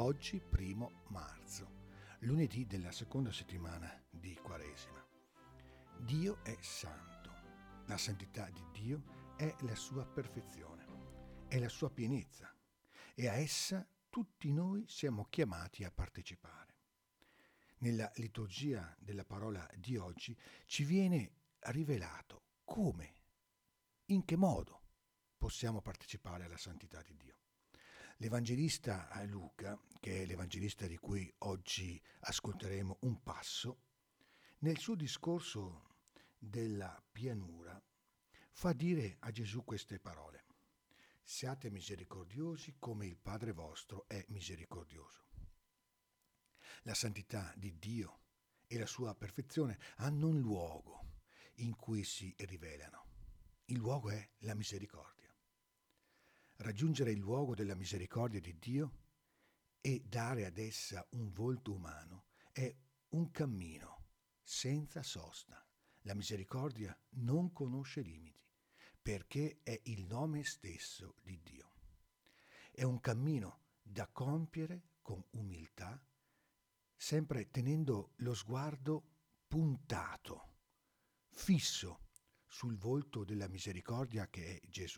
Oggi, 1 marzo, lunedì della seconda settimana di Quaresima. Dio è santo. La santità di Dio è la sua perfezione, è la sua pienezza e a essa tutti noi siamo chiamati a partecipare. Nella liturgia della parola di oggi ci viene rivelato come, in che modo possiamo partecipare alla santità di Dio. L'Evangelista Luca, che è l'Evangelista di cui oggi ascolteremo un passo, nel suo discorso della pianura fa dire a Gesù queste parole: siate misericordiosi come il Padre vostro è misericordioso. La santità di Dio e la sua perfezione hanno un luogo in cui si rivelano. Il luogo è la misericordia. Raggiungere il luogo della misericordia di Dio e dare ad essa un volto umano è un cammino senza sosta. La misericordia non conosce limiti perché è il nome stesso di Dio. È un cammino da compiere con umiltà, sempre tenendo lo sguardo puntato, fisso sul volto della misericordia che è Gesù.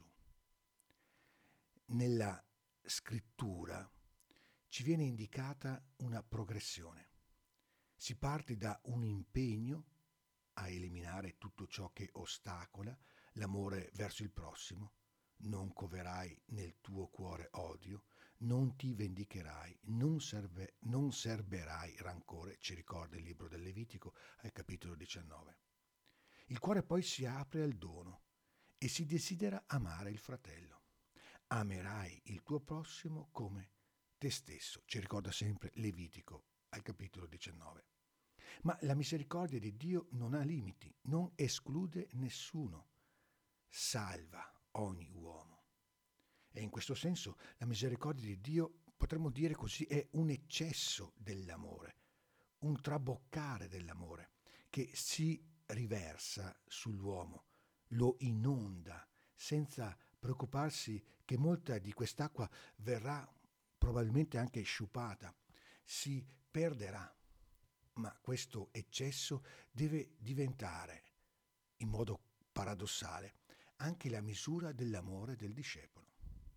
Nella scrittura ci viene indicata una progressione. Si parte da un impegno a eliminare tutto ciò che ostacola l'amore verso il prossimo. Non coverai nel tuo cuore odio, non ti vendicherai, non serberai rancore, ci ricorda il libro del Levitico al capitolo 19. Il cuore poi si apre al dono e si desidera amare il fratello. Amerai il tuo prossimo come te stesso, ci ricorda sempre Levitico al capitolo 19. Ma la misericordia di Dio non ha limiti, non esclude nessuno, salva ogni uomo. E in questo senso la misericordia di Dio, potremmo dire così, è un eccesso dell'amore, un traboccare dell'amore che si riversa sull'uomo, lo inonda, senza preoccuparsi che molta di quest'acqua verrà probabilmente anche sciupata, si perderà. Ma questo eccesso deve diventare, in modo paradossale, anche la misura dell'amore del discepolo.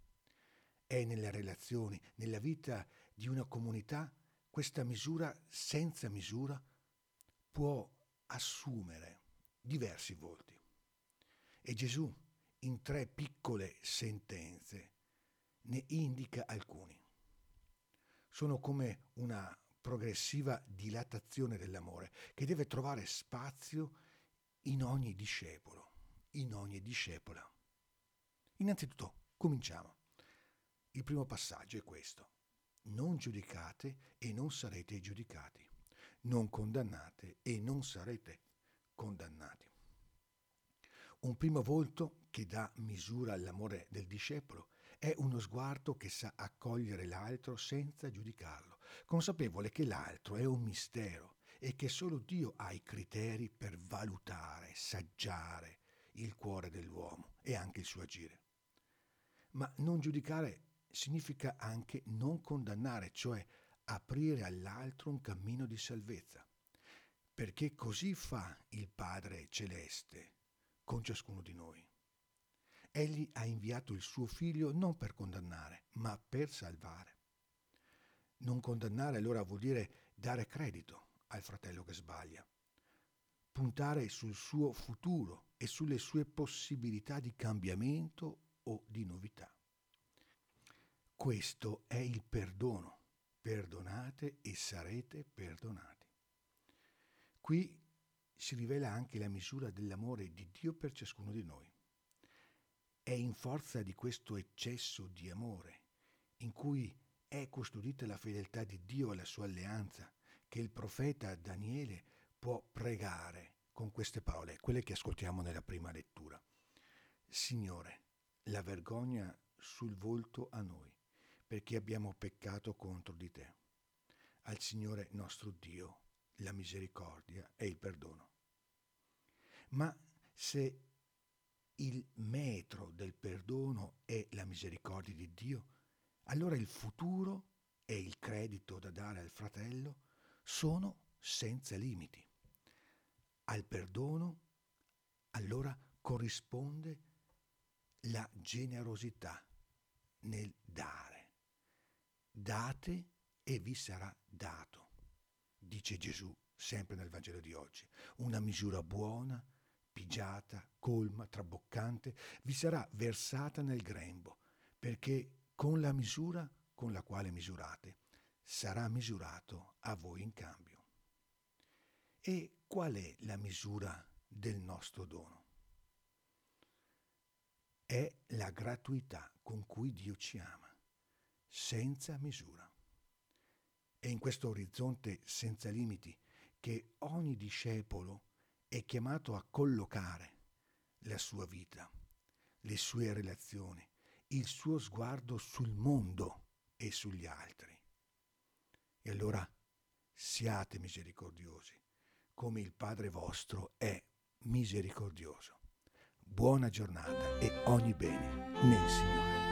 È nelle relazioni, nella vita di una comunità, questa misura senza misura può assumere diversi volti. E Gesù, in 3 piccole sentenze, ne indica alcuni. Sono come una progressiva dilatazione dell'amore che deve trovare spazio in ogni discepolo, in ogni discepola. Innanzitutto, cominciamo. Il primo passaggio è questo: non giudicate e non sarete giudicati, non condannate e non sarete condannati. Un primo volto che dà misura all'amore del discepolo è uno sguardo che sa accogliere l'altro senza giudicarlo, consapevole che l'altro è un mistero e che solo Dio ha i criteri per valutare, saggiare il cuore dell'uomo e anche il suo agire. Ma non giudicare significa anche non condannare, cioè aprire all'altro un cammino di salvezza, perché così fa il Padre Celeste con ciascuno di noi. Egli ha inviato il suo figlio non per condannare, ma per salvare. Non condannare allora vuol dire dare credito al fratello che sbaglia, puntare sul suo futuro e sulle sue possibilità di cambiamento o di novità. Questo è il perdono. Perdonate e sarete perdonati. Qui si rivela anche la misura dell'amore di Dio per ciascuno di noi. È in forza di questo eccesso di amore, in cui è custodita la fedeltà di Dio alla sua alleanza, che il profeta Daniele può pregare con queste parole, quelle che ascoltiamo nella prima lettura. Signore, la vergogna sul volto a noi, perché abbiamo peccato contro di te. Al Signore nostro Dio la misericordia e il perdono. Ma se il metro del perdono è la misericordia di Dio, allora il futuro e il credito da dare al fratello sono senza limiti. Al perdono allora corrisponde la generosità nel dare. Date e vi sarà dato, dice Gesù sempre nel Vangelo di oggi. Una misura buona, pigiata, colma, traboccante, vi sarà versata nel grembo, perché con la misura con la quale misurate sarà misurato a voi in cambio. E qual è la misura del nostro dono? È la gratuità con cui Dio ci ama, senza misura. È in questo orizzonte senza limiti che ogni discepolo è chiamato a collocare la sua vita, le sue relazioni, il suo sguardo sul mondo e sugli altri. E allora siate misericordiosi, come il Padre vostro è misericordioso. Buona giornata e ogni bene nel Signore.